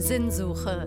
Sinnsuche.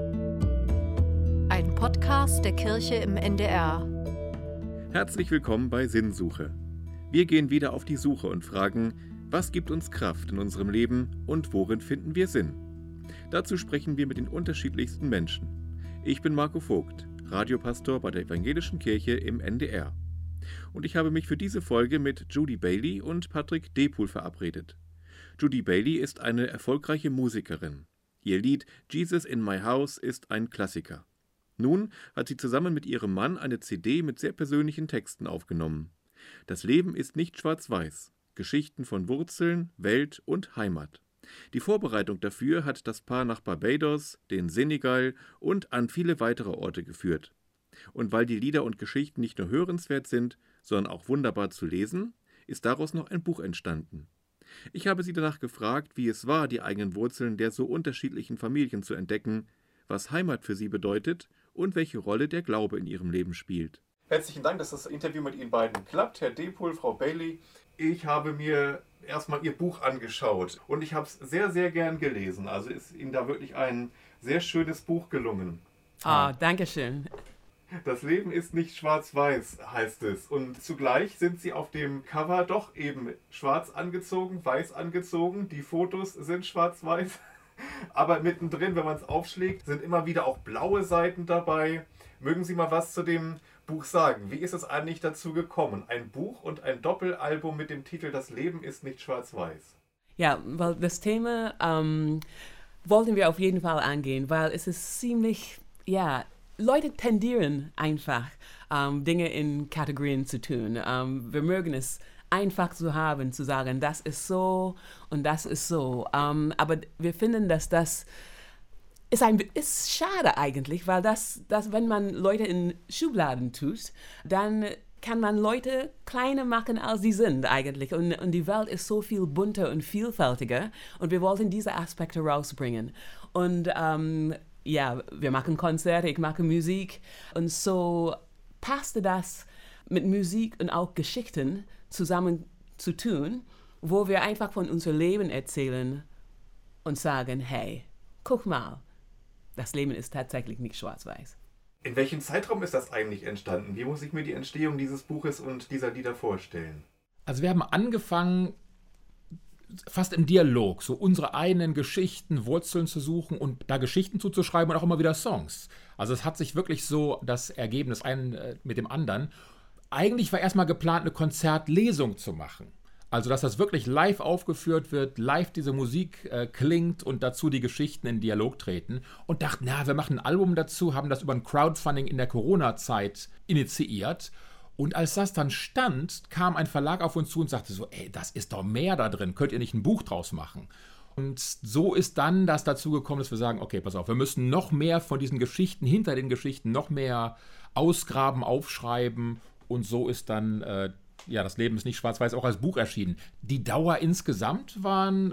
Ein Podcast der Kirche im NDR. Herzlich willkommen bei Sinnsuche. Wir gehen wieder auf die Suche und fragen, was gibt uns Kraft in unserem Leben und worin finden wir Sinn? Dazu sprechen wir mit den unterschiedlichsten Menschen. Ich bin Marco Vogt, Radiopastor bei der Evangelischen Kirche im NDR. Und ich habe mich für diese Folge mit Judy Bailey und Patrick Depohl verabredet. Judy Bailey ist eine erfolgreiche Musikerin. Ihr Lied Jesus in My House ist ein Klassiker. Nun hat sie zusammen mit ihrem Mann eine CD mit sehr persönlichen Texten aufgenommen. Das Leben ist nicht schwarz-weiß. Geschichten von Wurzeln, Welt und Heimat. Die Vorbereitung dafür hat das Paar nach Barbados, den Senegal und an viele weitere Orte geführt. Und weil die Lieder und Geschichten nicht nur hörenswert sind, sondern auch wunderbar zu lesen, ist daraus noch ein Buch entstanden. Ich habe sie danach gefragt, wie es war, die eigenen Wurzeln der so unterschiedlichen Familien zu entdecken, was Heimat für sie bedeutet und welche Rolle der Glaube in ihrem Leben spielt. Herzlichen Dank, dass das Interview mit Ihnen beiden klappt. Herr Depohl, Frau Bailey, ich habe mir erstmal Ihr Buch angeschaut und ich habe es sehr, sehr gern gelesen. Also ist Ihnen da wirklich ein sehr schönes Buch gelungen. Danke schön. Das Leben ist nicht schwarz-weiß, heißt es. Und zugleich sind Sie auf dem Cover doch eben schwarz angezogen, weiß angezogen. Die Fotos sind schwarz-weiß. Aber mittendrin, wenn man es aufschlägt, sind immer wieder auch blaue Seiten dabei. Mögen Sie mal was zu dem Buch sagen? Wie ist es eigentlich dazu gekommen? Ein Buch und ein Doppelalbum mit dem Titel Das Leben ist nicht schwarz-weiß. Ja, weil das Thema wollten wir auf jeden Fall angehen, weil es ist ziemlich, Leute tendieren einfach, Dinge in Kategorien zu tun. Wir mögen es einfach zu haben, zu sagen, das ist so und das ist so. Aber wir finden, dass das ist schade eigentlich, weil das, wenn man Leute in Schubladen tut, dann kann man Leute kleiner machen, als sie sind eigentlich. Und die Welt ist so viel bunter und vielfältiger und wir wollten diese Aspekte rausbringen. Und wir machen Konzerte, ich mache Musik und so passte das mit Musik und auch Geschichten zusammen zu tun, wo wir einfach von unserem Leben erzählen und sagen, hey, guck mal, das Leben ist tatsächlich nicht schwarz-weiß. In welchem Zeitraum ist das eigentlich entstanden? Wie muss ich mir die Entstehung dieses Buches und dieser Lieder vorstellen? Also wir haben angefangen, fast im Dialog, so unsere eigenen Geschichten, Wurzeln zu suchen und da Geschichten zuzuschreiben und auch immer wieder Songs. Also es hat sich wirklich so das Ergebnis ein mit dem anderen. Eigentlich war erstmal geplant, eine Konzertlesung zu machen. Also dass das wirklich live aufgeführt wird, live diese Musik klingt und dazu die Geschichten in Dialog treten. Und dachten, wir machen ein Album dazu, haben das über ein Crowdfunding in der Corona-Zeit initiiert. Und als das dann stand, kam ein Verlag auf uns zu und sagte so, das ist doch mehr da drin, könnt ihr nicht ein Buch draus machen? Und so ist dann das dazu gekommen, dass wir sagen, okay, pass auf, wir müssen noch mehr von diesen Geschichten, hinter den Geschichten, noch mehr ausgraben, aufschreiben. Und so ist dann, das Leben ist nicht schwarz-weiß, auch als Buch erschienen. Die Dauer insgesamt waren,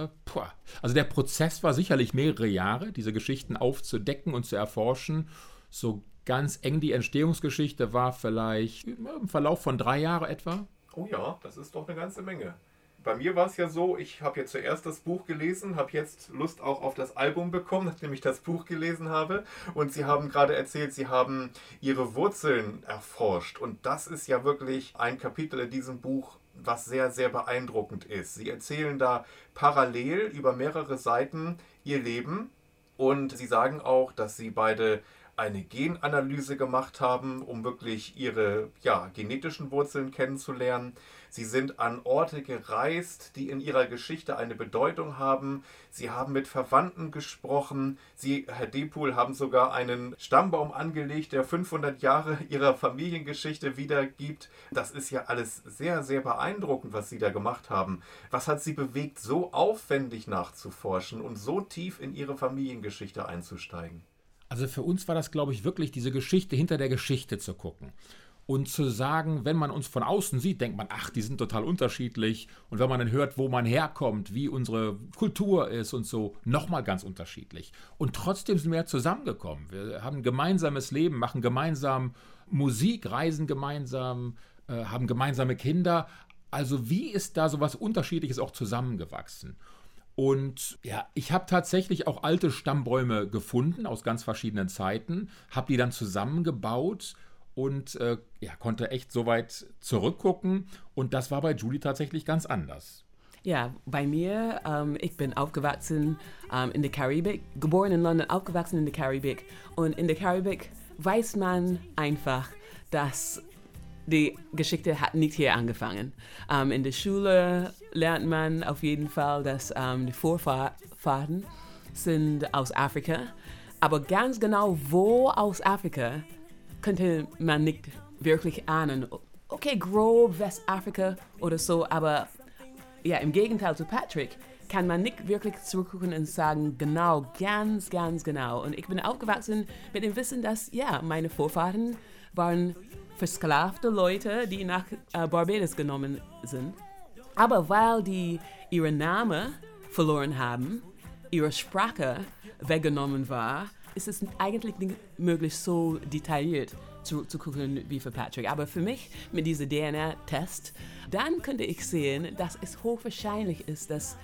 also der Prozess war sicherlich mehrere Jahre, diese Geschichten aufzudecken und zu erforschen. So ganz eng die Entstehungsgeschichte war vielleicht im Verlauf von 3 Jahren etwa. Oh ja, das ist doch eine ganze Menge. Bei mir war es ja so, ich habe ja zuerst das Buch gelesen, habe jetzt Lust auch auf das Album bekommen, nachdem ich das Buch gelesen habe. Und Sie haben gerade erzählt, Sie haben Ihre Wurzeln erforscht. Und das ist ja wirklich ein Kapitel in diesem Buch, was sehr, sehr beeindruckend ist. Sie erzählen da parallel über mehrere Seiten Ihr Leben. Und Sie sagen auch, dass Sie beide eine Genanalyse gemacht haben, um wirklich ihre genetischen Wurzeln kennenzulernen. Sie sind an Orte gereist, die in ihrer Geschichte eine Bedeutung haben. Sie haben mit Verwandten gesprochen. Sie, Herr Depohl, haben sogar einen Stammbaum angelegt, der 500 Jahre ihrer Familiengeschichte wiedergibt. Das ist ja alles sehr, sehr beeindruckend, was Sie da gemacht haben. Was hat Sie bewegt, so aufwendig nachzuforschen und so tief in Ihre Familiengeschichte einzusteigen? Also für uns war das, glaube ich, wirklich diese Geschichte hinter der Geschichte zu gucken. Und zu sagen, wenn man uns von außen sieht, denkt man, die sind total unterschiedlich. Und wenn man dann hört, wo man herkommt, wie unsere Kultur ist und so, nochmal ganz unterschiedlich. Und trotzdem sind wir ja zusammengekommen. Wir haben ein gemeinsames Leben, machen gemeinsam Musik, reisen gemeinsam, haben gemeinsame Kinder. Also wie ist da so was Unterschiedliches auch zusammengewachsen? Und ja, ich habe tatsächlich auch alte Stammbäume gefunden aus ganz verschiedenen Zeiten, habe die dann zusammengebaut und konnte echt so weit zurückgucken. Und das war bei Judy tatsächlich ganz anders. Ja, bei mir, ich bin aufgewachsen in der Karibik, geboren in London, aufgewachsen in der Karibik. Und in der Karibik weiß man einfach, dass die Geschichte hat nicht hier angefangen. In der Schule lernt man auf jeden Fall, dass die Vorfahren sind aus Afrika. Aber ganz genau, wo aus Afrika, könnte man nicht wirklich ahnen. Okay, grob Westafrika oder so, aber ja, im Gegenteil zu Patrick kann man nicht wirklich zurückgucken und sagen, genau, ganz genau. Und ich bin aufgewachsen mit dem Wissen, dass, ja, meine Vorfahren waren versklavte Leute, die nach Barbados genommen sind. Aber weil die ihren Namen verloren haben, ihre Sprache weggenommen war, ist es eigentlich nicht möglich, so detailliert zurückzugucken wie für Patrick. Aber für mich, mit diesem DNA-Test, dann könnte ich sehen, dass es hochwahrscheinlich ist, dass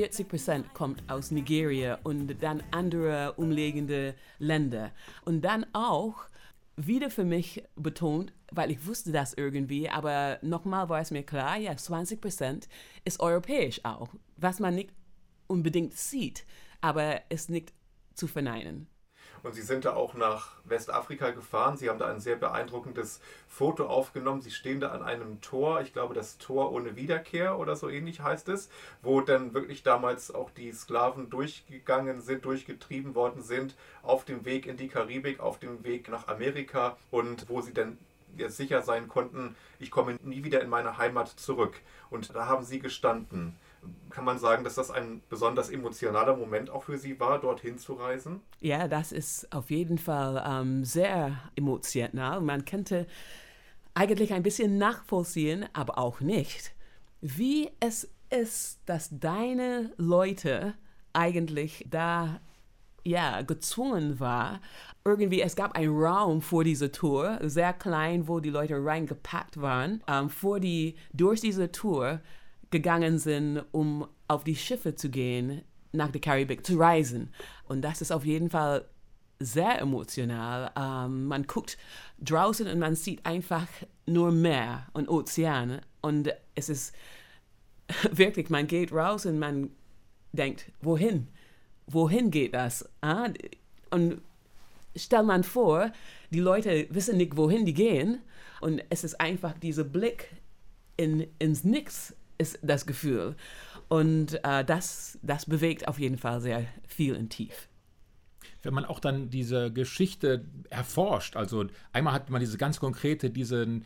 40% kommt aus Nigeria und dann andere umliegende Länder. Und dann auch wieder für mich betont, weil ich wusste das irgendwie, aber nochmal war es mir klar, ja, 20% ist europäisch auch, was man nicht unbedingt sieht, aber ist nicht zu verneinen. Und Sie sind da auch nach Westafrika gefahren. Sie haben da ein sehr beeindruckendes Foto aufgenommen. Sie stehen da an einem Tor, ich glaube das Tor ohne Wiederkehr oder so ähnlich heißt es, wo dann wirklich damals auch die Sklaven durchgetrieben worden sind, auf dem Weg in die Karibik, auf dem Weg nach Amerika und wo sie dann sicher sein konnten, ich komme nie wieder in meine Heimat zurück. Und da haben Sie gestanden. Kann man sagen, dass das ein besonders emotionaler Moment auch für Sie war, dorthin zu reisen? Ja, das ist auf jeden Fall sehr emotional. Man könnte eigentlich ein bisschen nachvollziehen, aber auch nicht, wie es ist, dass deine Leute eigentlich da gezwungen war. Irgendwie, es gab einen Raum vor dieser Tour, sehr klein, wo die Leute reingepackt waren, durch diese Tour gegangen sind, um auf die Schiffe zu gehen, nach der Karibik zu reisen. Und das ist auf jeden Fall sehr emotional. Man guckt draußen und man sieht einfach nur Meer und Ozean. Und es ist wirklich, man geht raus und man denkt, wohin? Wohin geht das? Und stell man vor, die Leute wissen nicht, wohin die gehen. Und es ist einfach dieser Blick ins Nix, ist das Gefühl. Und das bewegt auf jeden Fall sehr viel und tief. Wenn man auch dann diese Geschichte erforscht, also einmal hat man diese ganz konkrete, diesen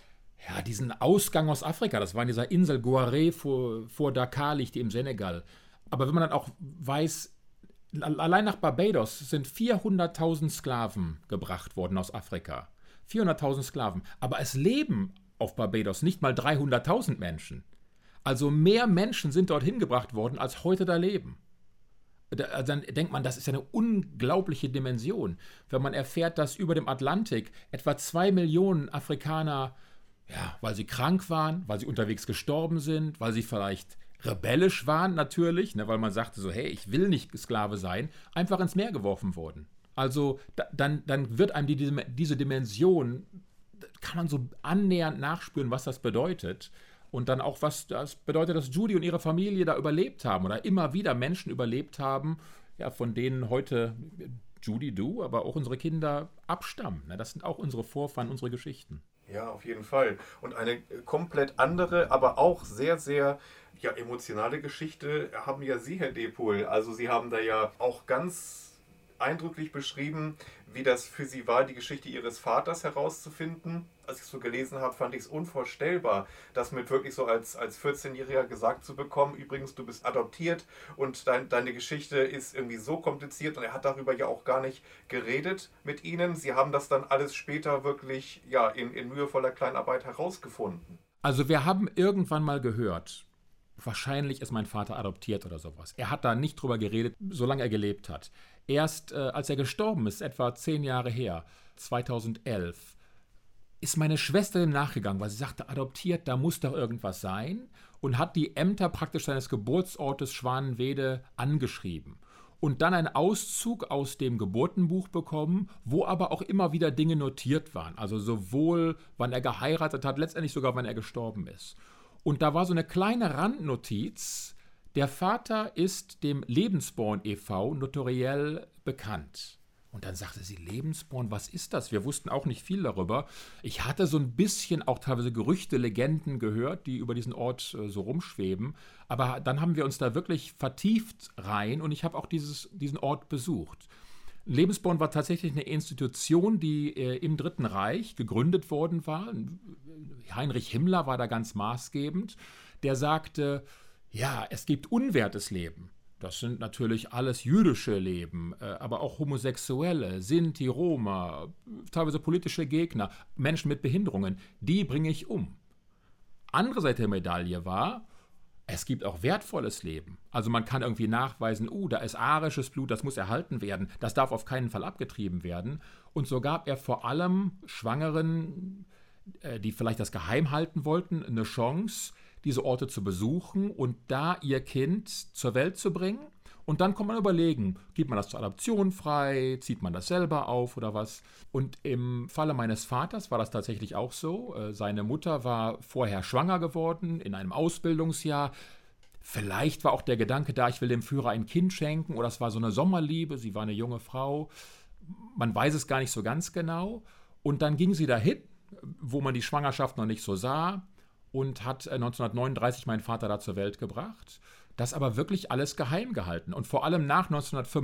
Ausgang aus Afrika, das war in dieser Insel Guaré vor Dakar liegt, die im Senegal. Aber wenn man dann auch weiß, allein nach Barbados sind 400.000 Sklaven gebracht worden aus Afrika. 400.000 Sklaven. Aber es leben auf Barbados nicht mal 300.000 Menschen. Also mehr Menschen sind dorthin gebracht worden, als heute da leben. Dann denkt man, das ist ja eine unglaubliche Dimension. Wenn man erfährt, dass über dem Atlantik etwa 2 Millionen Afrikaner, weil sie krank waren, weil sie unterwegs gestorben sind, weil sie vielleicht rebellisch waren natürlich, weil man sagte so, hey, ich will nicht Sklave sein, einfach ins Meer geworfen wurden. Also dann wird einem diese Dimension, kann man so annähernd nachspüren, was das bedeutet. Und dann auch, was das bedeutet, dass Judy und ihre Familie da überlebt haben oder immer wieder Menschen überlebt haben, von denen heute Judy, du, aber auch unsere Kinder abstammen. Das sind auch unsere Vorfahren, unsere Geschichten. Ja, auf jeden Fall. Und eine komplett andere, aber auch sehr, sehr emotionale Geschichte haben ja Sie, Herr Depohl. Also Sie haben da ja auch ganz eindrücklich beschrieben, wie das für Sie war, die Geschichte Ihres Vaters herauszufinden. Als ich es so gelesen habe, fand ich es unvorstellbar, das mit wirklich so als 14-Jähriger gesagt zu bekommen, übrigens, du bist adoptiert und deine Geschichte ist irgendwie so kompliziert und er hat darüber ja auch gar nicht geredet mit Ihnen. Sie haben das dann alles später wirklich in mühevoller Kleinarbeit herausgefunden. Also wir haben irgendwann mal gehört, wahrscheinlich ist mein Vater adoptiert oder sowas. Er hat da nicht drüber geredet, solange er gelebt hat. Erst als er gestorben ist, etwa 10 Jahre her, 2011, ist meine Schwester dem nachgegangen, weil sie sagte, adoptiert, da muss doch irgendwas sein, und hat die Ämter praktisch seines Geburtsortes Schwanenwede angeschrieben. Und dann einen Auszug aus dem Geburtenbuch bekommen, wo aber auch immer wieder Dinge notiert waren. Also sowohl, wann er geheiratet hat, letztendlich sogar, wann er gestorben ist. Und da war so eine kleine Randnotiz: Der Vater ist dem Lebensborn e.V. notariell bekannt. Und dann sagte sie, Lebensborn, was ist das? Wir wussten auch nicht viel darüber. Ich hatte so ein bisschen auch teilweise Gerüchte, Legenden gehört, die über diesen Ort so rumschweben. Aber dann haben wir uns da wirklich vertieft rein, und ich habe auch diesen Ort besucht. Lebensborn war tatsächlich eine Institution, die im Dritten Reich gegründet worden war. Heinrich Himmler war da ganz maßgebend. Der sagte, ja, es gibt unwertes Leben. Das sind natürlich alles jüdische Leben, aber auch Homosexuelle, Sinti, Roma, teilweise politische Gegner, Menschen mit Behinderungen, die bringe ich um. Andere Seite der Medaille war, es gibt auch wertvolles Leben. Also man kann irgendwie nachweisen, da ist arisches Blut, das muss erhalten werden, das darf auf keinen Fall abgetrieben werden. Und so gab er vor allem Schwangeren, die vielleicht das geheim halten wollten, eine Chance, diese Orte zu besuchen und da ihr Kind zur Welt zu bringen. Und dann kann man überlegen, gibt man das zur Adoption frei, zieht man das selber auf oder was. Und im Falle meines Vaters war das tatsächlich auch so. Seine Mutter war vorher schwanger geworden in einem Ausbildungsjahr. Vielleicht war auch der Gedanke da, ich will dem Führer ein Kind schenken, oder es war so eine Sommerliebe, sie war eine junge Frau. Man weiß es gar nicht so ganz genau. Und dann ging sie dahin, wo man die Schwangerschaft noch nicht so sah, und hat 1939 meinen Vater da zur Welt gebracht. Das aber wirklich alles geheim gehalten. Und vor allem nach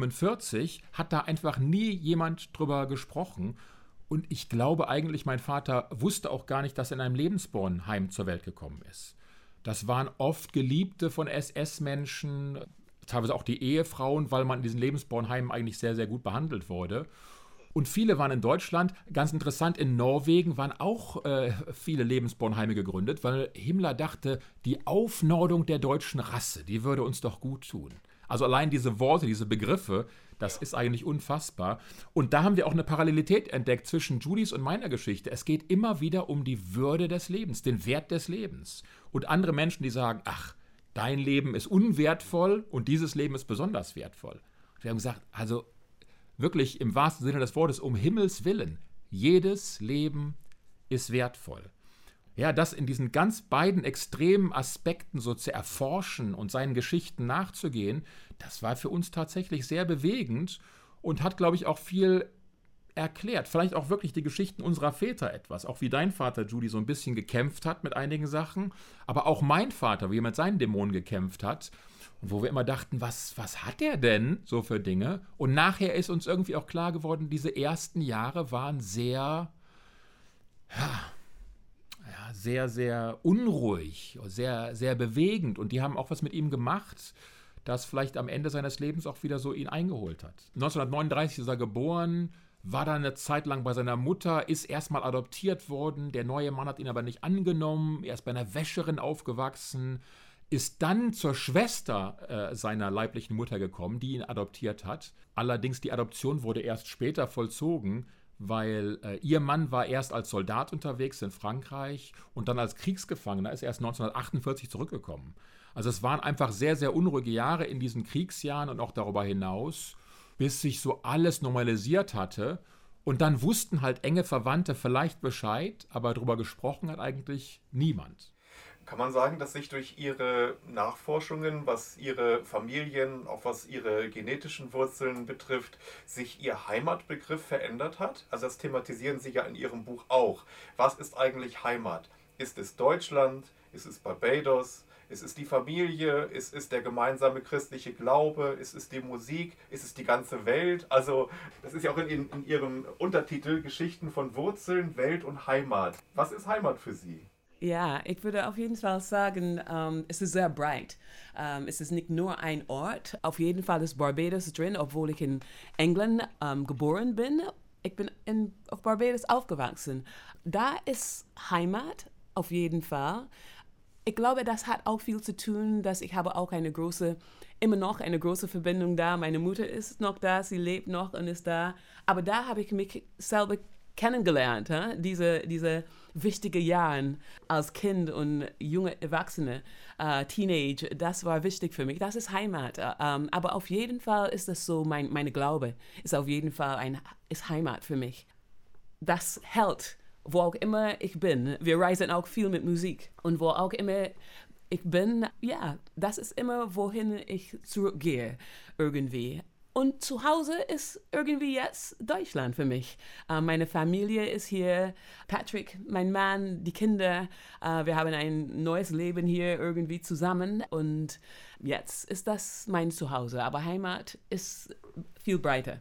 1945 hat da einfach nie jemand drüber gesprochen. Und ich glaube eigentlich, mein Vater wusste auch gar nicht, dass er in einem Lebensbornheim zur Welt gekommen ist. Das waren oft Geliebte von SS-Menschen, teilweise auch die Ehefrauen, weil man in diesen Lebensbornheimen eigentlich sehr, sehr gut behandelt wurde. Und viele waren in Deutschland. Ganz interessant, in Norwegen waren auch viele Lebensbornheime gegründet, weil Himmler dachte, die Aufnordung der deutschen Rasse, die würde uns doch gut tun. Also allein diese Worte, diese Begriffe, das ist eigentlich unfassbar. Und da haben wir auch eine Parallelität entdeckt zwischen Judys und meiner Geschichte. Es geht immer wieder um die Würde des Lebens, den Wert des Lebens. Und andere Menschen, die sagen, ach, dein Leben ist unwertvoll und dieses Leben ist besonders wertvoll. Und wir haben gesagt, also wirklich im wahrsten Sinne des Wortes, um Himmels Willen, jedes Leben ist wertvoll. Ja, das in diesen ganz beiden extremen Aspekten so zu erforschen und seinen Geschichten nachzugehen, das war für uns tatsächlich sehr bewegend und hat, glaube ich, auch viel erklärt. Vielleicht auch wirklich die Geschichten unserer Väter etwas. Auch wie dein Vater, Judy, so ein bisschen gekämpft hat mit einigen Sachen. Aber auch mein Vater, wie er mit seinen Dämonen gekämpft hat. Und wo wir immer dachten, was hat der denn so für Dinge? Und nachher ist uns irgendwie auch klar geworden, diese ersten Jahre waren sehr, sehr, sehr unruhig, sehr, sehr bewegend. Und die haben auch was mit ihm gemacht, das vielleicht am Ende seines Lebens auch wieder so ihn eingeholt hat. 1939 ist er geboren, war dann eine Zeit lang bei seiner Mutter, ist erstmal adoptiert worden. Der neue Mann hat ihn aber nicht angenommen. Er ist bei einer Wäscherin aufgewachsen, ist dann zur Schwester seiner leiblichen Mutter gekommen, die ihn adoptiert hat. Allerdings die Adoption wurde erst später vollzogen, weil ihr Mann war erst als Soldat unterwegs in Frankreich und dann als Kriegsgefangener ist erst 1948 zurückgekommen. Also es waren einfach sehr, sehr unruhige Jahre in diesen Kriegsjahren und auch darüber hinaus, bis sich so alles normalisiert hatte. Und dann wussten halt enge Verwandte vielleicht Bescheid, aber darüber gesprochen hat eigentlich niemand. Kann man sagen, dass sich durch Ihre Nachforschungen, was Ihre Familien, auch was Ihre genetischen Wurzeln betrifft, sich Ihr Heimatbegriff verändert hat? Also das thematisieren Sie ja in Ihrem Buch auch. Was ist eigentlich Heimat? Ist es Deutschland? Ist es Barbados? Ist es die Familie? Ist es der gemeinsame christliche Glaube? Ist es die Musik? Ist es die ganze Welt? Also das ist ja auch in Ihrem Untertitel Geschichten von Wurzeln, Welt und Heimat. Was ist Heimat für Sie? Ja, ich würde auf jeden Fall sagen, es ist sehr breit. Es ist nicht nur ein Ort. Auf jeden Fall ist Barbados drin, obwohl ich in England geboren bin. Ich bin auf Barbados aufgewachsen. Da ist Heimat auf jeden Fall. Ich glaube, das hat auch viel zu tun, dass ich habe auch immer noch eine große Verbindung da. Meine Mutter ist noch da, sie lebt noch und ist da. Aber da habe ich mich selber kennengelernt, diese wichtigen Jahre als Kind und junge Erwachsene, Teenage, das war wichtig für mich. Das ist Heimat. Aber auf jeden Fall ist das so, meine Glaube ist auf jeden Fall ist Heimat für mich. Das hält, wo auch immer ich bin. Wir reisen auch viel mit Musik. Und wo auch immer ich bin, ja, das ist immer, wohin ich zurückgehe, irgendwie. Und zu Hause ist irgendwie jetzt Deutschland für mich. Meine Familie ist hier, Patrick, mein Mann, die Kinder. Wir haben ein neues Leben hier irgendwie zusammen. Und jetzt ist das mein Zuhause. Aber Heimat ist viel breiter.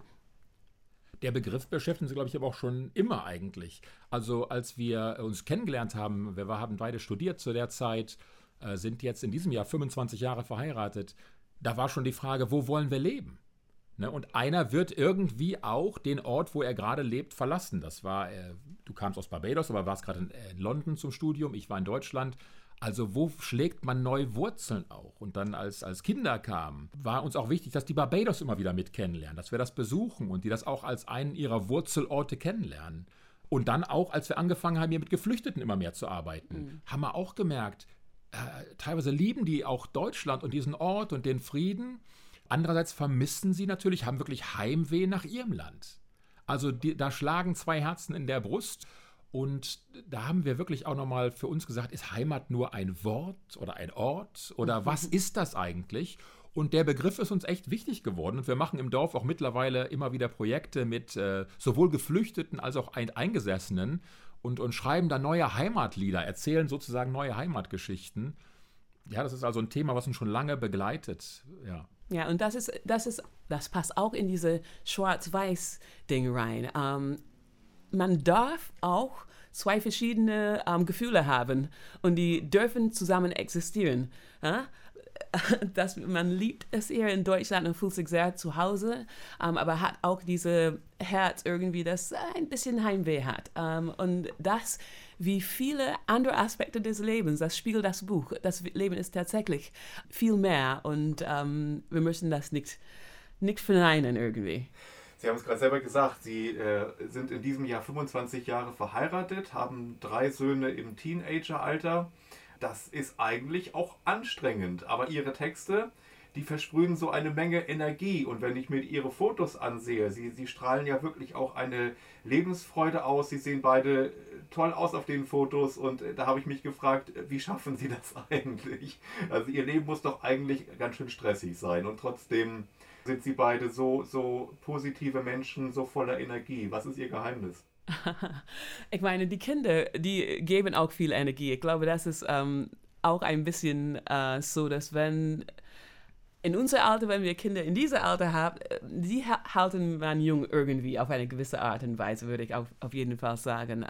Der Begriff beschäftigt uns, glaube ich, aber auch schon immer eigentlich. Also als wir uns kennengelernt haben, wir haben beide studiert zu der Zeit, sind jetzt in diesem Jahr 25 Jahre verheiratet, da war schon die Frage, wo wollen wir leben? Ne? Und einer wird irgendwie auch den Ort, wo er gerade lebt, verlassen. Das war, du kamst aus Barbados, aber warst gerade in London zum Studium, ich war in Deutschland. Also wo schlägt man neue Wurzeln auch? Und dann als Kinder kamen, war uns auch wichtig, dass die Barbados immer wieder mit kennenlernen, dass wir das besuchen und die das auch als einen ihrer Wurzelorte kennenlernen. Und dann auch, als wir angefangen haben, hier mit Geflüchteten immer mehr zu arbeiten, haben wir auch gemerkt, teilweise lieben die auch Deutschland und diesen Ort und den Frieden. Andererseits vermissen sie natürlich, haben wirklich Heimweh nach ihrem Land. Also da schlagen zwei Herzen in der Brust. Und da haben wir wirklich auch nochmal für uns gesagt, ist Heimat nur ein Wort oder ein Ort? Oder was ist das eigentlich? Und der Begriff ist uns echt wichtig geworden. Und wir machen im Dorf auch mittlerweile immer wieder Projekte mit sowohl Geflüchteten als auch Eingesessenen. Und schreiben da neue Heimatlieder, erzählen sozusagen neue Heimatgeschichten. Ja, das ist also ein Thema, was uns schon lange begleitet. Ja, und das passt auch in diese Schwarz-Weiß-Ding rein. Man darf auch zwei verschiedene Gefühle haben und die dürfen zusammen existieren. Man liebt es eher in Deutschland und fühlt sich sehr zu Hause, aber hat auch dieses Herz irgendwie, das ein bisschen Heimweh hat. Und das, wie viele andere Aspekte des Lebens, das spiegelt das Buch. Das Leben ist tatsächlich viel mehr und wir müssen das nicht verneinen irgendwie. Sie haben es gerade selber gesagt, Sie sind in diesem Jahr 25 Jahre verheiratet, haben 3 Söhne im Teenageralter. Das ist eigentlich auch anstrengend, aber Ihre Texte, die versprühen so eine Menge Energie. Und wenn ich mir Ihre Fotos ansehe, Sie strahlen ja wirklich auch eine Lebensfreude aus. Sie sehen beide toll aus auf den Fotos und da habe ich mich gefragt, wie schaffen Sie das eigentlich? Also Ihr Leben muss doch eigentlich ganz schön stressig sein und trotzdem sind Sie beide so positive Menschen, so voller Energie. Was ist Ihr Geheimnis? Ich meine, die Kinder, die geben auch viel Energie. Ich glaube, das ist auch ein bisschen so, dass wenn in unser Alter, wenn wir Kinder in diesem Alter haben, die halten man jung irgendwie auf eine gewisse Art und Weise, würde ich auf jeden Fall sagen.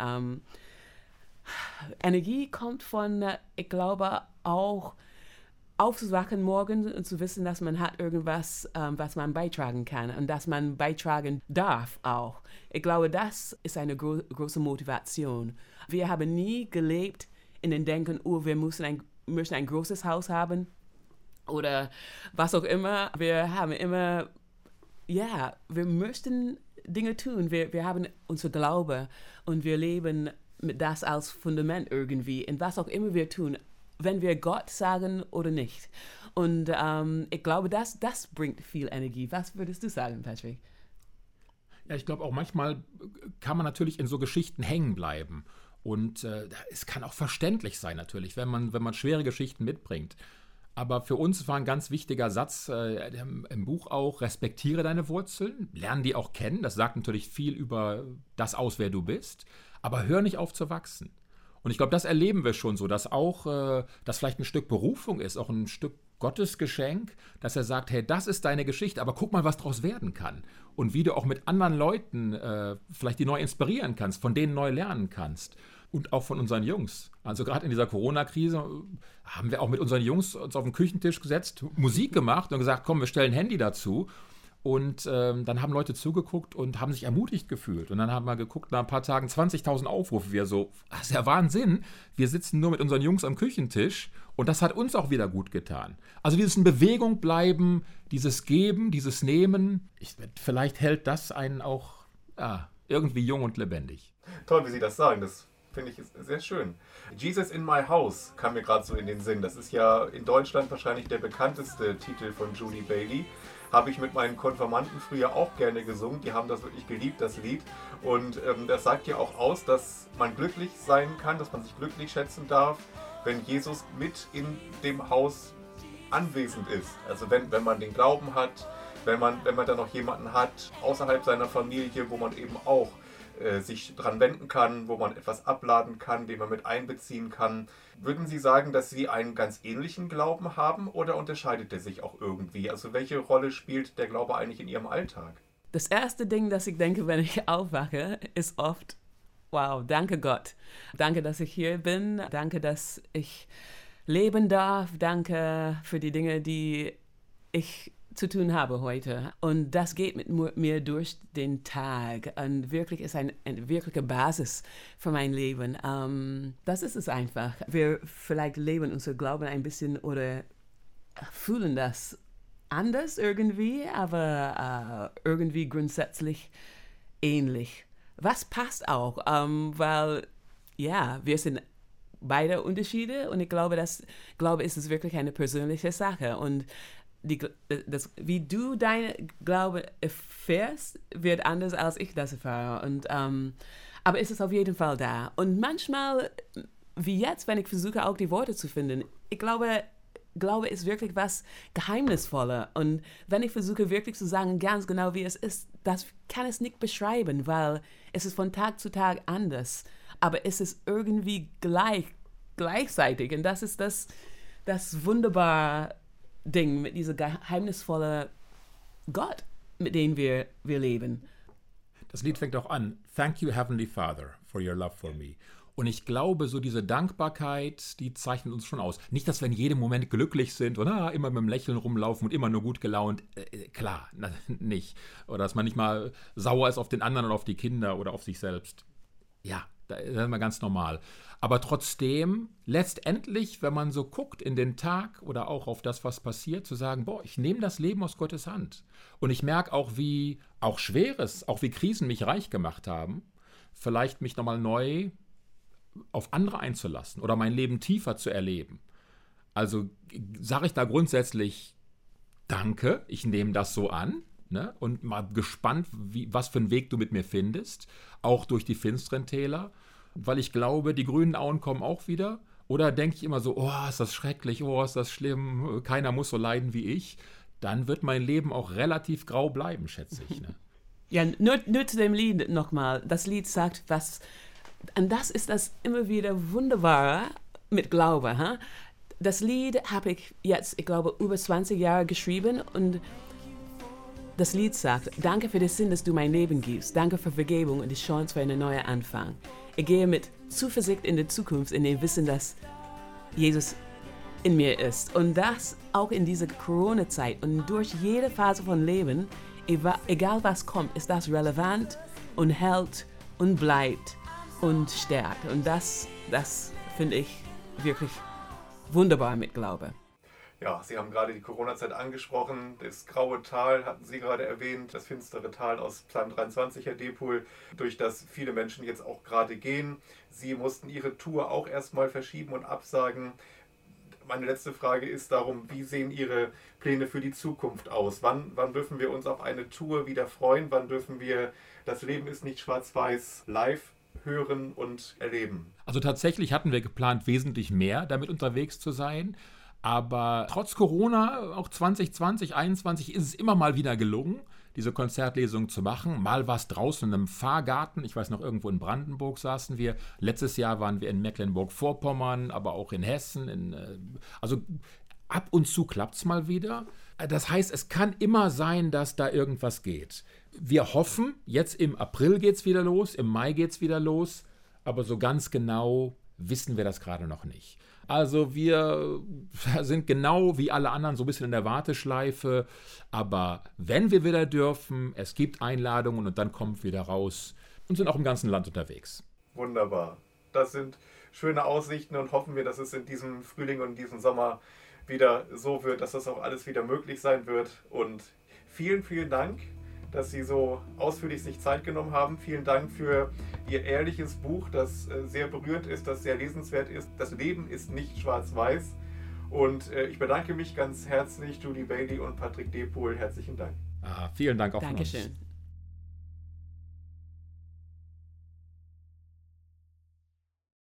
Energie kommt von, ich glaube, auch aufzuwachen morgens und zu wissen, dass man hat irgendwas, was man beitragen kann und dass man beitragen darf auch. Ich glaube, das ist eine große Motivation. Wir haben nie gelebt in den Denken, wir möchten ein großes Haus haben oder was auch immer. Wir haben immer, wir möchten Dinge tun. Wir haben unser Glaube und wir leben mit das als Fundament irgendwie in was auch immer wir tun, wenn wir Gott sagen oder nicht. Und ich glaube, das bringt viel Energie. Was würdest du sagen, Patrick? Ja, ich glaube auch manchmal kann man natürlich in so Geschichten hängen bleiben. Und es kann auch verständlich sein natürlich, wenn man schwere Geschichten mitbringt. Aber für uns war ein ganz wichtiger Satz im Buch auch, respektiere deine Wurzeln, lerne die auch kennen. Das sagt natürlich viel über das aus, wer du bist. Aber hör nicht auf zu wachsen. Und ich glaube, das erleben wir schon so, dass auch das vielleicht ein Stück Berufung ist, auch ein Stück Gottesgeschenk, dass er sagt, hey, das ist deine Geschichte, aber guck mal, was daraus werden kann. Und wie du auch mit anderen Leuten vielleicht die neu inspirieren kannst, von denen neu lernen kannst. Und auch von unseren Jungs. Also gerade in dieser Corona-Krise haben wir auch mit unseren Jungs uns auf den Küchentisch gesetzt, Musik gemacht und gesagt, komm, wir stellen ein Handy dazu. Und dann haben Leute zugeguckt und haben sich ermutigt gefühlt. Und dann haben wir geguckt, nach ein paar Tagen 20.000 Aufrufe. Wir so, das ist ja Wahnsinn. Wir sitzen nur mit unseren Jungs am Küchentisch. Und das hat uns auch wieder gut getan. Also dieses in Bewegung bleiben, dieses Geben, dieses Nehmen. Vielleicht hält das einen auch irgendwie jung und lebendig. Toll, wie Sie das sagen. Das finde ich sehr schön. Jesus in My House kam mir gerade so in den Sinn. Das ist ja in Deutschland wahrscheinlich der bekannteste Titel von Julie Bailey. Habe ich mit meinen Konfirmanden früher auch gerne gesungen. Die haben das wirklich geliebt, das Lied. Und das sagt ja auch aus, dass man glücklich sein kann, dass man sich glücklich schätzen darf, wenn Jesus mit in dem Haus anwesend ist. Also wenn man den Glauben hat, wenn man dann noch jemanden hat außerhalb seiner Familie, wo man eben auch sich dran wenden kann, wo man etwas abladen kann, den man mit einbeziehen kann. Würden Sie sagen, dass Sie einen ganz ähnlichen Glauben haben oder unterscheidet der sich auch irgendwie? Also welche Rolle spielt der Glaube eigentlich in Ihrem Alltag? Das erste Ding, das ich denke, wenn ich aufwache, ist oft, wow, danke Gott. Danke, dass ich hier bin. Danke, dass ich leben darf. Danke für die Dinge, die ich zu tun habe heute. Und das geht mit mir durch den Tag und wirklich ist eine wirkliche Basis für mein Leben. Das ist es einfach. Wir vielleicht leben unser Glauben ein bisschen oder fühlen das anders irgendwie, aber irgendwie grundsätzlich ähnlich. Was passt auch, weil ja, wir sind beide Unterschiede und ich glaube, Glaube ist wirklich eine persönliche Sache und wie du deine Glaube erfährst, wird anders, als ich das erfahre. Aber es ist auf jeden Fall da. Und manchmal, wie jetzt, wenn ich versuche, auch die Worte zu finden, ich glaube ist wirklich was Geheimnisvolles. Und wenn ich versuche, wirklich zu sagen, ganz genau, wie es ist, das kann es nicht beschreiben, weil es ist von Tag zu Tag anders. Aber es ist irgendwie gleichzeitig. Und das ist das wunderbare Ding mit dieser geheimnisvollen Gott, mit dem wir leben. Das Lied fängt auch an, Thank you, Heavenly Father, for your love for me. Und ich glaube, so diese Dankbarkeit, die zeichnet uns schon aus. Nicht, dass wir in jedem Moment glücklich sind und immer mit einem Lächeln rumlaufen und immer nur gut gelaunt. Klar, nicht. Oder dass man nicht mal sauer ist auf den anderen oder auf die Kinder oder auf sich selbst. Ja, das ist immer ganz normal. Aber trotzdem, letztendlich, wenn man so guckt in den Tag oder auch auf das, was passiert, zu sagen, ich nehme das Leben aus Gottes Hand. Und ich merke auch, wie auch Schweres, auch wie Krisen mich reich gemacht haben, vielleicht mich nochmal neu auf andere einzulassen oder mein Leben tiefer zu erleben. Also sage ich da grundsätzlich Danke, ich nehme das so an. Ne? Und mal gespannt, was für einen Weg du mit mir findest, auch durch die finsteren Täler, weil ich glaube, die grünen Auen kommen auch wieder. Oder denke ich immer so, ist das schrecklich, ist das schlimm, keiner muss so leiden wie ich. Dann wird mein Leben auch relativ grau bleiben, schätze ich. Ne? Ja, nur zu dem Lied nochmal. Das Lied sagt, und das ist das immer wieder Wunderbare mit Glaube. Huh? Das Lied habe ich jetzt, ich glaube, über 20 Jahre geschrieben und das Lied sagt, danke für den Sinn, dass du mein Leben gibst. Danke für Vergebung und die Chance für einen neuen Anfang. Ich gehe mit Zuversicht in die Zukunft, in dem Wissen, dass Jesus in mir ist. Und das auch in dieser Corona-Zeit und durch jede Phase von Leben, egal was kommt, ist das relevant und hält und bleibt und stärkt. Und das finde ich wirklich wunderbar mit Glaube. Ja, Sie haben gerade die Corona-Zeit angesprochen. Das graue Tal hatten Sie gerade erwähnt, das finstere Tal aus Psalm 23, Herr Depohl, durch das viele Menschen jetzt auch gerade gehen. Sie mussten Ihre Tour auch erstmal verschieben und absagen. Meine letzte Frage ist darum, wie sehen Ihre Pläne für die Zukunft aus? Wann dürfen wir uns auf eine Tour wieder freuen? Wann dürfen wir Das Leben ist nicht schwarz-weiß live hören und erleben? Also tatsächlich hatten wir geplant, wesentlich mehr damit unterwegs zu sein. Aber trotz Corona, auch 2020, 2021, ist es immer mal wieder gelungen, diese Konzertlesung zu machen. Mal war es draußen in einem Pfarrgarten. Ich weiß noch, irgendwo in Brandenburg saßen wir. Letztes Jahr waren wir in Mecklenburg-Vorpommern, aber auch in Hessen. Also ab und zu klappt es mal wieder. Das heißt, es kann immer sein, dass da irgendwas geht. Wir hoffen, jetzt im April geht es wieder los, im Mai geht es wieder los. Aber so ganz genau wissen wir das gerade noch nicht. Also wir sind genau wie alle anderen so ein bisschen in der Warteschleife, aber wenn wir wieder dürfen, es gibt Einladungen und dann kommen wir wieder raus und sind auch im ganzen Land unterwegs. Wunderbar. Das sind schöne Aussichten und hoffen wir, dass es in diesem Frühling und in diesem Sommer wieder so wird, dass das auch alles wieder möglich sein wird. Und vielen, vielen Dank, dass Sie so ausführlich sich Zeit genommen haben. Vielen Dank für Ihr ehrliches Buch, das sehr berührend ist, das sehr lesenswert ist. Das Leben ist nicht schwarz-weiß. Und ich bedanke mich ganz herzlich, Julie Bailey und Patrick Depohl. Herzlichen Dank. Vielen Dank auch von uns. Dankeschön.